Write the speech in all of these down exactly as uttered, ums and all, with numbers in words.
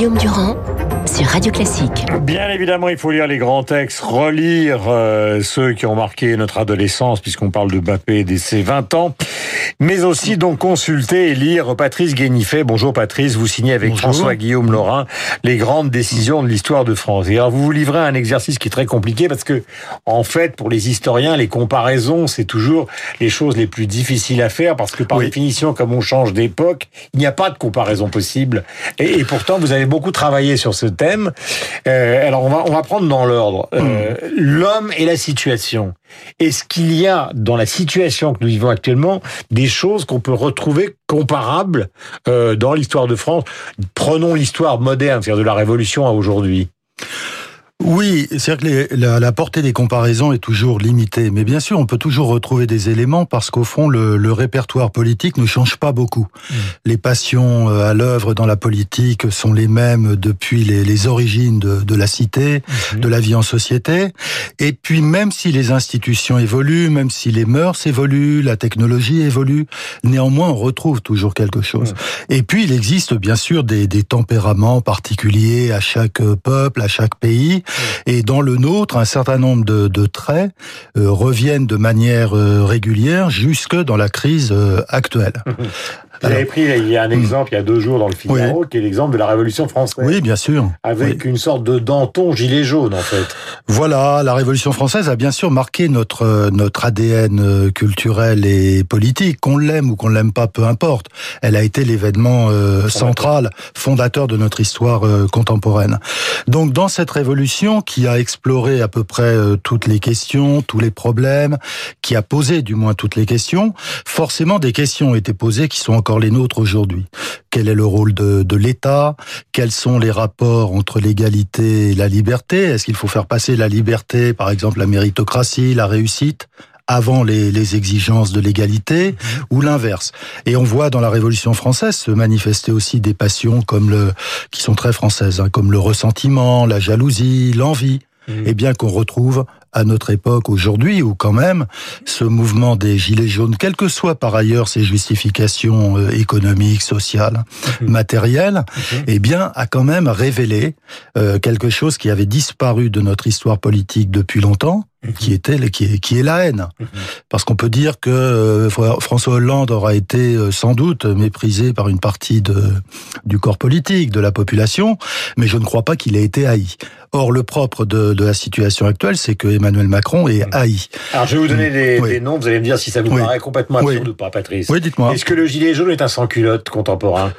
Guillaume Durand sur Radio Classique. Bien évidemment, il faut lire les grands textes, relire euh, ceux qui ont marqué notre adolescence, puisqu'on parle de Mbappé dès ses vingt ans, mais aussi donc consulter et lire Patrice Guénifet. Bonjour Patrice, vous signez avec Bonjour. François-Guillaume Laurin les grandes décisions de l'histoire de France. Et alors vous vous livrez à un exercice qui est très compliqué parce que, en fait, pour les historiens, les comparaisons, c'est toujours les choses les plus difficiles à faire parce que par oui. définition, comme on change d'époque, il n'y a pas de comparaison possible. Et, et pourtant, vous avez beaucoup travaillé sur ce thème. Euh, alors, on va, on va prendre dans l'ordre. Euh, mmh. L'homme et la situation. Est-ce qu'il y a, dans la situation que nous vivons actuellement, des choses qu'on peut retrouver comparables euh, dans l'histoire de France? Prenons l'histoire moderne, c'est-à-dire de la Révolution à aujourd'hui. Oui, c'est-à-dire que les, la, la portée des comparaisons est toujours limitée. Mais bien sûr, on peut toujours retrouver des éléments parce qu'au fond, le, le répertoire politique ne change pas beaucoup. Mmh. Les passions à l'œuvre dans la politique sont les mêmes depuis les, les origines de, de la cité, mmh. de la vie en société. Et puis, même si les institutions évoluent, même si les mœurs évoluent, la technologie évolue, néanmoins, on retrouve toujours quelque chose. Mmh. Et puis, il existe bien sûr des, des tempéraments particuliers à chaque peuple, à chaque pays. Et dans le nôtre, un certain nombre de, de traits euh, reviennent de manière euh, régulière jusque dans la crise euh, actuelle. Vous avez pris, il y a un exemple, il y a deux jours dans le Figaro, oui. qui est l'exemple de la Révolution française. Oui, bien sûr. Avec oui. une sorte de Danton gilet jaune, en fait. Voilà, la Révolution française a bien sûr marqué notre notre A D N culturel et politique. Qu'on l'aime ou qu'on l'aime pas, peu importe. Elle a été l'événement euh, central, fondateur de notre histoire euh, contemporaine. Donc, dans cette révolution qui a exploré à peu près euh, toutes les questions, tous les problèmes, qui a posé du moins toutes les questions, forcément des questions ont été posées qui sont encore les nôtres aujourd'hui. Quel est le rôle de, de l'État? Quels sont les rapports entre l'égalité et la liberté? Est-ce qu'il faut faire passer la liberté, par exemple la méritocratie, la réussite, avant les, les exigences de l'égalité, mmh. ou l'inverse? Et on voit dans la Révolution française se manifester aussi des passions comme le, qui sont très françaises, hein, comme le ressentiment, la jalousie, l'envie, mmh. et bien qu'on retrouve à notre époque aujourd'hui, où quand même ce mouvement des gilets jaunes, quelles que soient par ailleurs ses justifications euh, économiques, sociales, mmh. matérielles, mmh. eh bien a quand même révélé euh, quelque chose qui avait disparu de notre histoire politique depuis longtemps, mmh. qui était qui est, qui est la haine. Mmh. Parce qu'on peut dire que euh, François Hollande aura été euh, sans doute méprisé par une partie de du corps politique, de la population, mais je ne crois pas qu'il ait été haï. Or, le propre de, de la situation actuelle, c'est que Emmanuel Macron est haï. Alors, je vais vous donner des, oui. des noms, vous allez me dire si ça vous oui. paraît complètement absurde oui. ou pas, Patrice. Oui, dites-moi. Est-ce que le gilet jaune est un sans-culotte contemporain?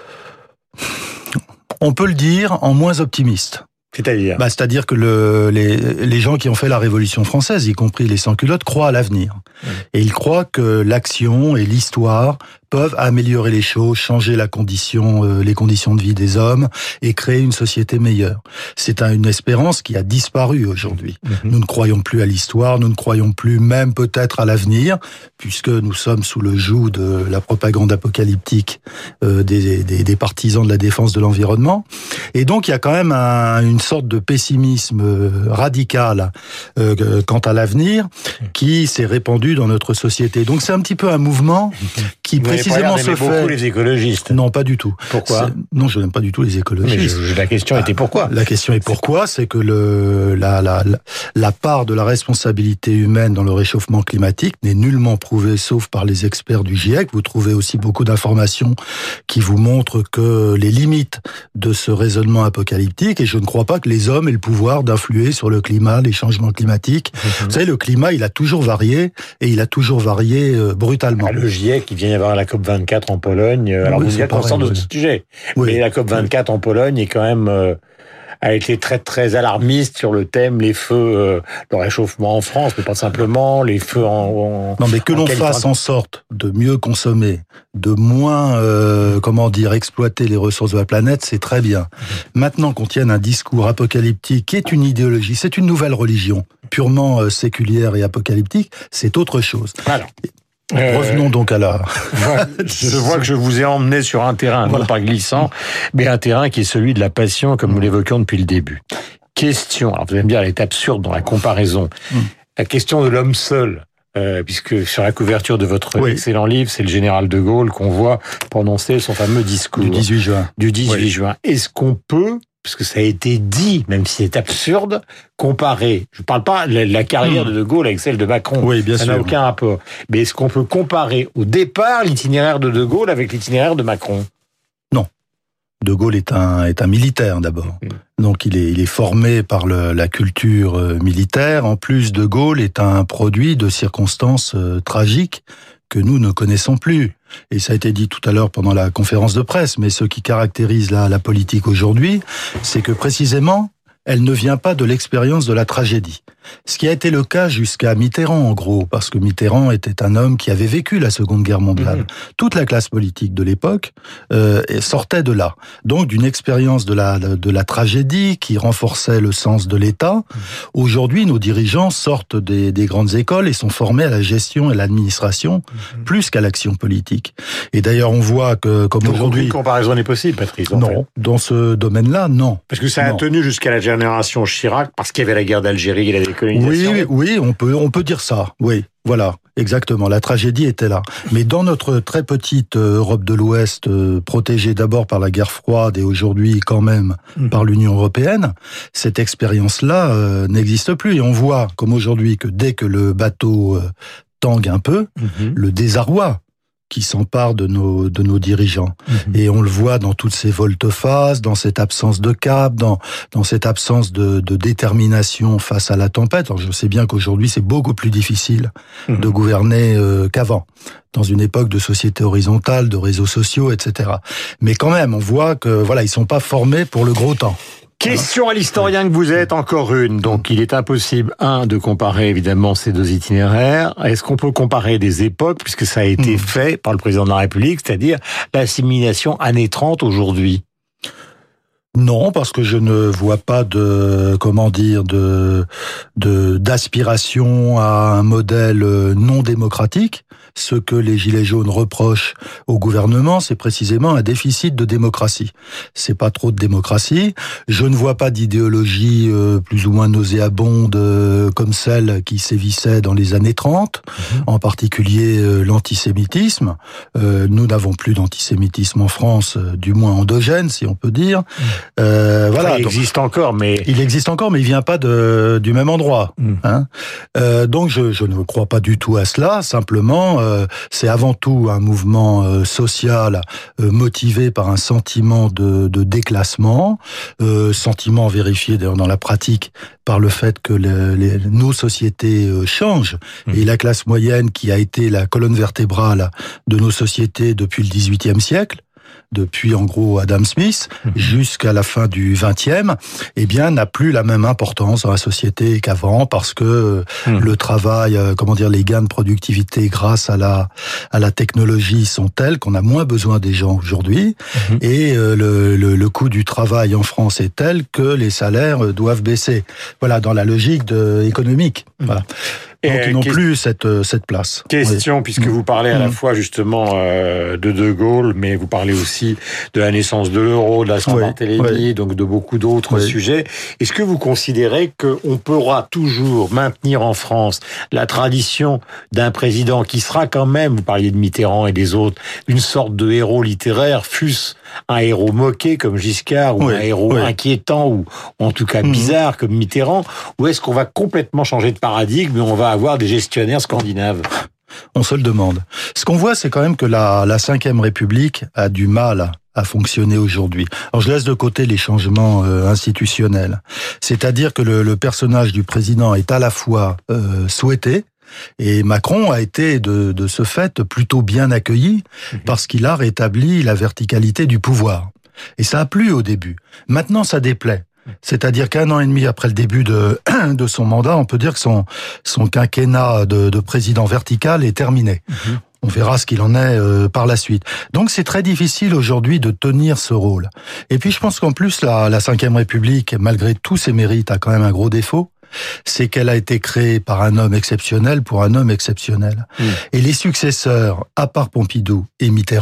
On peut le dire en moins optimiste. C'est-à-dire bah, C'est-à-dire que le, les, les gens qui ont fait la Révolution française, y compris les sans-culottes, croient à l'avenir. Mmh. Et ils croient que l'action et l'histoire peuvent améliorer les choses, changer la condition, euh, les conditions de vie des hommes et créer une société meilleure. C'est un, une espérance qui a disparu aujourd'hui. Mmh. Nous ne croyons plus à l'histoire, nous ne croyons plus même peut-être à l'avenir, puisque nous sommes sous le joug de la propagande apocalyptique euh, des, des, des partisans de la défense de l'environnement. Et donc il y a quand même un, une sorte de pessimisme radical euh, quant à l'avenir qui s'est répandu dans notre société. Donc c'est un petit peu un mouvement qui Vous précisément se fait. beaucoup les écologistes. Non, pas du tout. Pourquoi? C'est... Non, je n'aime pas du tout les écologistes. Mais je, je, la question ah, était pourquoi? La question est pourquoi, c'est que le la, la la la part de la responsabilité humaine dans le réchauffement climatique n'est nullement prouvée, sauf par les experts du GIEC. Vous trouvez aussi beaucoup d'informations qui vous montrent que les limites de ce raisonnement apocalyptique, et je ne crois pas que les hommes aient le pouvoir d'influer sur le climat, les changements climatiques. Mmh. Vous savez, le climat, il a toujours varié, et il a toujours varié euh, brutalement. Ah, le GIEC, il vient y avoir la COP vingt-quatre en Pologne. Alors, oui, vous êtes conscient de ce sujet. Oui. Mais la COP vingt-quatre oui. en Pologne est quand même, euh, a été très, très alarmiste sur le thème, les feux, euh, le réchauffement en France, mais pas simplement, les feux en, en non, mais que l'on fasse en sorte de mieux consommer, de moins, euh, comment dire, exploiter les ressources de la planète, c'est très bien. Mmh. Maintenant qu'on tienne un discours apocalyptique, qui est une idéologie, c'est une nouvelle religion, purement euh, séculière et apocalyptique, c'est autre chose. Alors. Euh, Revenons donc à la... je vois que je vous ai emmené sur un terrain, voilà. non pas glissant, mais un terrain qui est celui de la passion, comme nous l'évoquions depuis le début. Question, alors vous allez me dire, elle est absurde dans la comparaison. Mm. La question de l'homme seul. euh, puisque sur la couverture de votre oui. excellent livre, c'est le général de Gaulle qu'on voit prononcer son fameux discours. Du dix-huit juin. Du dix-huit oui. juin. Est-ce qu'on peut, parce que ça a été dit, même si c'est absurde, comparer, je ne parle pas de la carrière mmh. de De Gaulle avec celle de Macron, oui, bien ça sûr. n'a aucun rapport, mais est-ce qu'on peut comparer au départ l'itinéraire de De Gaulle avec l'itinéraire de Macron ? Non. De Gaulle est un, est un militaire d'abord. Mmh. Donc il est, il est formé par le, la culture militaire. En plus, De Gaulle est un produit de circonstances euh, tragiques que nous ne connaissons plus. Et ça a été dit tout à l'heure pendant la conférence de presse, mais ce qui caractérise la, la politique aujourd'hui, c'est que précisément, elle ne vient pas de l'expérience de la tragédie. Ce qui a été le cas jusqu'à Mitterrand, en gros, parce que Mitterrand était un homme qui avait vécu la Seconde Guerre mondiale. Mmh. Toute la classe politique de l'époque euh, sortait de là. Donc d'une expérience de la, de la tragédie qui renforçait le sens de l'État. Mmh. Aujourd'hui, nos dirigeants sortent des, des grandes écoles et sont formés à la gestion et à l'administration, mmh. plus qu'à l'action politique. Et d'ailleurs, on voit que, comme Donc, aujourd'hui... aucune comparaison n'est possible, Patrice. Non, fait. Dans ce domaine-là, non. Parce que ça a non. tenu jusqu'à la génération Chirac, parce qu'il y avait la guerre d'Algérie et la décolonisation. Oui, oui, on peut, on peut dire ça. Oui, voilà, exactement. La tragédie était là. Mais dans notre très petite Europe de l'Ouest, euh, protégée d'abord par la guerre froide et aujourd'hui quand même mmh. par l'Union européenne, cette expérience-là euh, n'existe plus. Et on voit, comme aujourd'hui, que dès que le bateau euh, tangue un peu, mmh. le désarroi qui s'empare de nos de nos dirigeants. Mmh. Et on le voit dans toutes ces volte-face, dans cette absence de cap, dans dans cette absence de, de détermination face à la tempête. Alors je sais bien qu'aujourd'hui c'est beaucoup plus difficile mmh. de gouverner euh, qu'avant, dans une époque de société horizontale, de réseaux sociaux, et cetera. Mais quand même, on voit que voilà, ils sont pas formés pour le gros temps. Question à l'historien que vous êtes, encore une. Donc, il est impossible, un, de comparer évidemment ces deux itinéraires. Est-ce qu'on peut comparer des époques, puisque ça a été mmh. fait par le président de la République, c'est-à-dire l'assimilation années trente aujourd'hui? Non, parce que je ne vois pas de, comment dire, de, de, d'aspiration à un modèle non démocratique. Ce que les Gilets jaunes reprochent au gouvernement, c'est précisément un déficit de démocratie. C'est pas trop de démocratie. Je ne vois pas d'idéologie euh, plus ou moins nauséabonde euh, comme celle qui sévissait dans les années trente, mmh. en particulier euh, l'antisémitisme. Euh, nous n'avons plus d'antisémitisme en France, euh, du moins endogène, si on peut dire. Mmh. Euh, voilà. Enfin, il existe donc, encore, mais... Il existe encore, mais il vient pas de, du même endroit. Mmh. Hein. Euh, donc je, je ne crois pas du tout à cela, simplement... Euh, c'est avant tout un mouvement euh, social euh, motivé par un sentiment de, de déclassement, euh, sentiment vérifié d'ailleurs dans la pratique par le fait que les, les, nos sociétés euh, changent mmh. et la classe moyenne qui a été la colonne vertébrale de nos sociétés depuis le dix-huitième siècle, depuis en gros Adam Smith mmh. jusqu'à la fin du vingtième, eh bien n'a plus la même importance dans la société qu'avant parce que mmh. le travail, comment dire, les gains de productivité grâce à la à la technologie sont tels qu'on a moins besoin des gens aujourd'hui mmh. et euh, le, le le coût du travail en France est tel que les salaires doivent baisser. Voilà, dans la logique de, économique. Mmh. Voilà. Donc ils n'ont plus cette cette place. Question, oui. puisque vous parlez à mmh. la fois justement euh, de De Gaulle, mais vous parlez aussi de la naissance de l'euro, de la Saint-Barthélemy, oui. oui. donc de beaucoup d'autres oui. sujets. Est-ce que vous considérez qu'on pourra toujours maintenir en France la tradition d'un président qui sera quand même, vous parliez de Mitterrand et des autres, une sorte de héros littéraire, fût-ce un héros moqué comme Giscard, ou oui. un héros oui. inquiétant, ou en tout cas bizarre mmh. comme Mitterrand, ou est-ce qu'on va complètement changer de paradigme et on va avoir des gestionnaires scandinaves? On se le demande. Ce qu'on voit, c'est quand même que la, la Cinquième République a du mal à fonctionner aujourd'hui. Alors je laisse de côté les changements euh, institutionnels. C'est-à-dire que le, le personnage du président est à la fois euh, souhaité, et Macron a été de, de ce fait plutôt bien accueilli mmh. parce qu'il a rétabli la verticalité du pouvoir. Et ça a plu au début. Maintenant, ça déplaît. C'est-à-dire qu'un an et demi après le début de, de son mandat, on peut dire que son, son quinquennat de, de président vertical est terminé. Mmh. On verra ce qu'il en est euh, par la suite. Donc c'est très difficile aujourd'hui de tenir ce rôle. Et puis je pense qu'en plus, la, la Cinquième République, malgré tous ses mérites, a quand même un gros défaut. C'est qu'elle a été créée par un homme exceptionnel pour un homme exceptionnel. Mmh. Et les successeurs, à part Pompidou et Mitterrand,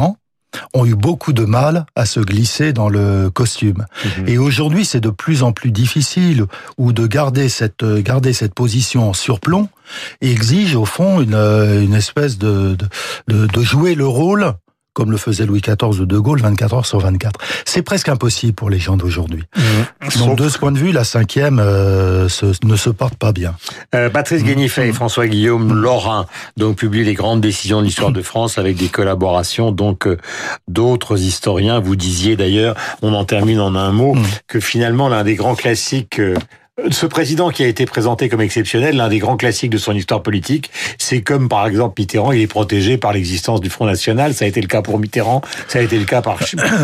ont eu beaucoup de mal à se glisser dans le costume. Mmh. Et aujourd'hui, c'est de plus en plus difficile ou de garder cette garder cette position en surplomb et exige au fond une une espèce de de, de jouer le rôle comme le faisait Louis quatorze de De Gaulle, vingt-quatre heures sur vingt-quatre. C'est presque impossible pour les gens d'aujourd'hui. Mmh. Donc, de ce point de vue, la cinquième euh, se, ne se porte pas bien. Euh, Patrice Guénifet et François-Guillaume Laurin donc publient les grandes décisions de l'histoire de France avec des collaborations donc euh, d'autres historiens. Vous disiez d'ailleurs, on en termine en un mot, mmh. que finalement l'un des grands classiques euh, ce président qui a été présenté comme exceptionnel, l'un des grands classiques de son histoire politique, c'est comme par exemple Mitterrand, il est protégé par l'existence du Front National. Ça a été le cas pour Mitterrand, ça a été le cas par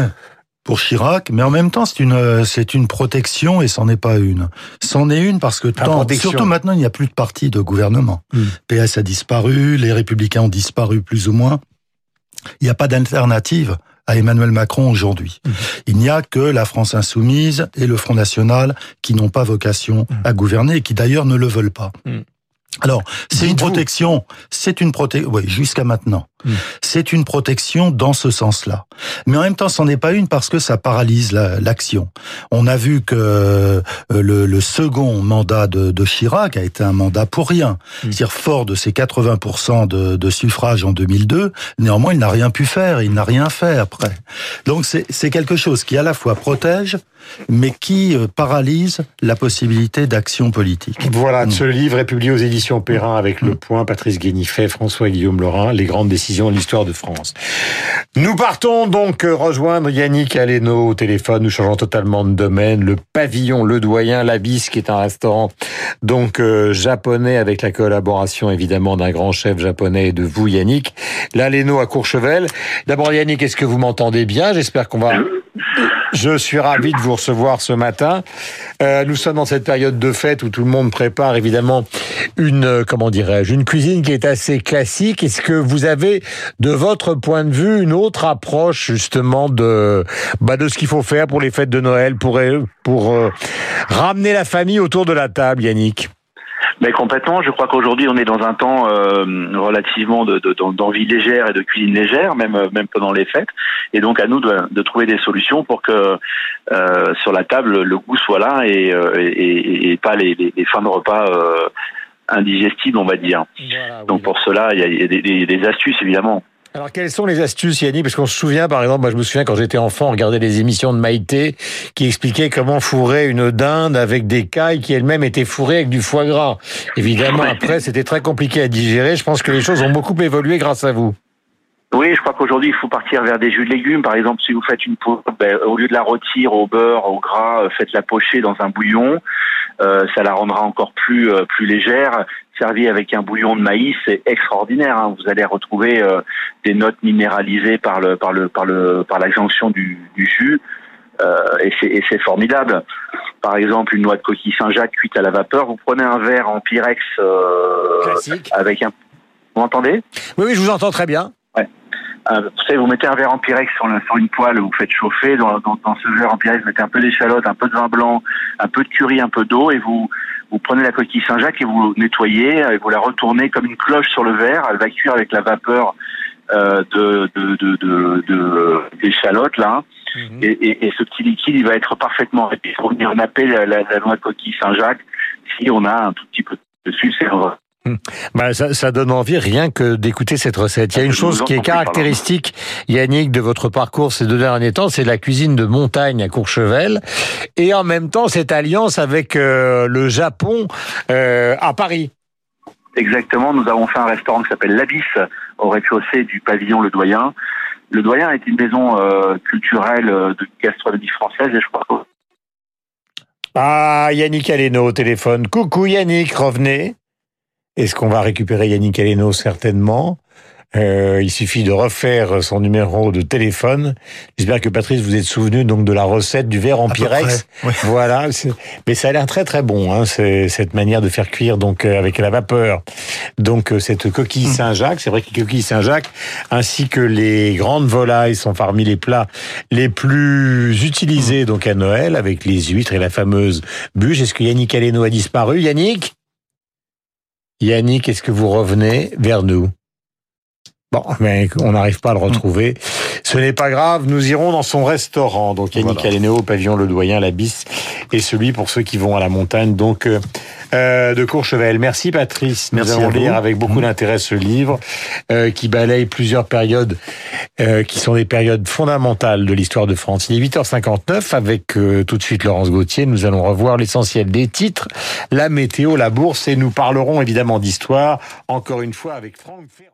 pour Chirac, mais en même temps c'est une c'est une protection et c'en est pas une. C'en est une parce que tant, surtout maintenant il n'y a plus de parti de gouvernement. Mm. P S a disparu, les Républicains ont disparu plus ou moins. Il n'y a pas d'alternative à Emmanuel Macron aujourd'hui. Mmh. Il n'y a que la France insoumise et le Front National qui n'ont pas vocation mmh. à gouverner et qui d'ailleurs ne le veulent pas. Mmh. Alors, c'est une protection, c'est une protection, oui, jusqu'à maintenant. Mmh. C'est une protection dans ce sens-là. Mais en même temps, c'en est pas une parce que ça paralyse la, l'action. On a vu que euh, le, le second mandat de, de Chirac a été un mandat pour rien. Mmh. C'est-à-dire fort de ses quatre-vingts pour cent de, de suffrages en deux mille deux, néanmoins, il n'a rien pu faire, il n'a rien fait après. Donc, c'est, c'est quelque chose qui à la fois protège, mais qui euh, paralyse la possibilité d'action politique. Voilà, mmh. ce livre est publié aux éditions Perrin avec mmh. Le Point, Patrice Guénifet, François-Guillaume Laurin, les grandes décisions de l'histoire de France. Nous partons donc rejoindre Yannick Aleno au téléphone. Nous changeons totalement de domaine. Le Pavillon Le Doyen, l'Abysse, qui est un restaurant donc euh, japonais avec la collaboration évidemment d'un grand chef japonais et de vous, Yannick. L'Aleno à Courchevel. D'abord, Yannick, est-ce que vous m'entendez bien? J'espère qu'on va... Je suis ravi de vous recevoir ce matin. Euh, nous sommes dans cette période de fête où tout le monde prépare évidemment une, comment dirais-je, une cuisine qui est assez classique. Est-ce que vous avez, de votre point de vue, une autre approche justement de, bah, de ce qu'il faut faire pour les fêtes de Noël, pour, pour euh, ramener la famille autour de la table, Yannick? Mais complètement, je crois qu'aujourd'hui on est dans un temps euh, relativement de, de, d'envie légère et de cuisine légère, même même pendant les fêtes. Et donc à nous de, de trouver des solutions pour que euh, sur la table le goût soit là et, et, et pas les, les, les fins de repas euh, indigestibles, on va dire. Voilà, oui. Donc pour cela, il y a, il y a des, des, des astuces évidemment. Alors, quelles sont les astuces, Yannick? Parce qu'on se souvient, par exemple, moi, je me souviens quand j'étais enfant, on regardait les émissions de Maïté qui expliquaient comment fourrer une dinde avec des cailles qui elles-mêmes étaient fourrées avec du foie gras. Évidemment, après, c'était très compliqué à digérer. Je pense que les choses ont beaucoup évolué grâce à vous. Oui, je crois qu'aujourd'hui, il faut partir vers des jus de légumes. Par exemple, si vous faites une poêle, ben, au lieu de la rôtir au beurre, au gras, faites-la pocher dans un bouillon. Euh, ça la rendra encore plus euh, plus légère. Servi avec un bouillon de maïs, c'est extraordinaire. Hein. Vous allez retrouver euh, des notes minéralisées par le par le par le par la jonction du, du jus, euh, et c'est et c'est formidable. Par exemple, une noix de coquille Saint-Jacques cuite à la vapeur. Vous prenez un verre en Pyrex euh, classique avec un. Vous m'entendez? Oui, oui, je vous entends très bien. Ouais. Euh, vous savez, vous mettez un verre en Pyrex sur, le, sur une poêle, vous faites chauffer. Dans, dans, dans ce verre en Pyrex, vous mettez un peu d'échalote, un peu de vin blanc, un peu de curry, un peu d'eau, et vous vous prenez la coquille Saint-Jacques et vous nettoyez, et vous la retournez comme une cloche sur le verre. Elle va cuire avec la vapeur euh, de, de, de, de, de d'échalote là. Mmh. Et, et, et ce petit liquide, il va être parfaitement réparti pour venir napper la, la, la noix de coquille Saint-Jacques. Si on a un tout petit peu dessus, c'est vrai. Bah, ça, ça donne envie rien que d'écouter cette recette. Il y a une chose qui est caractéristique, Yannick, de votre parcours ces deux derniers temps, c'est la cuisine de montagne à Courchevel, et en même temps cette alliance avec euh, le Japon euh, à Paris. Exactement, nous avons fait un restaurant qui s'appelle l'Abysse au rez-de-chaussée du pavillon Le Doyen. Le Doyen est une maison euh, culturelle de gastronomie française, et je crois que... Ah, Yannick Aleno au téléphone. Coucou Yannick, revenez. Est-ce qu'on va récupérer Yannick Aleno? Certainement. Euh, il suffit de refaire son numéro de téléphone. J'espère que Patrice, vous êtes souvenu donc de la recette du verre en à Pyrex. Oui. Voilà. C'est... Mais ça a l'air très très bon, hein, c'est cette manière de faire cuire donc euh, avec la vapeur. Donc euh, cette coquille Saint-Jacques, c'est vrai que les coquilles Saint-Jacques ainsi que les grandes volailles sont parmi les plats les plus utilisés donc à Noël avec les huîtres et la fameuse bûche. Est-ce que Yannick Aleno a disparu? Yannick? Yannick, est-ce que vous revenez vers nous? Bon, mais on n'arrive pas à le retrouver. Ce n'est pas grave, nous irons dans son restaurant. Donc Yannick Voilà. Allénéo au pavillon Le Doyen, la Bis, et celui pour ceux qui vont à la montagne, donc euh, de Courchevel. Merci Patrice. Nous Merci allons à vous. lire avec beaucoup Mmh. d'intérêt ce livre euh, qui balaye plusieurs périodes euh, qui sont des périodes fondamentales de l'histoire de France. Il est huit heures cinquante-neuf avec euh, tout de suite Laurence Gauthier. Nous allons revoir l'essentiel des titres, la météo, la bourse, et nous parlerons évidemment d'histoire, encore une fois avec Franck Ferrand.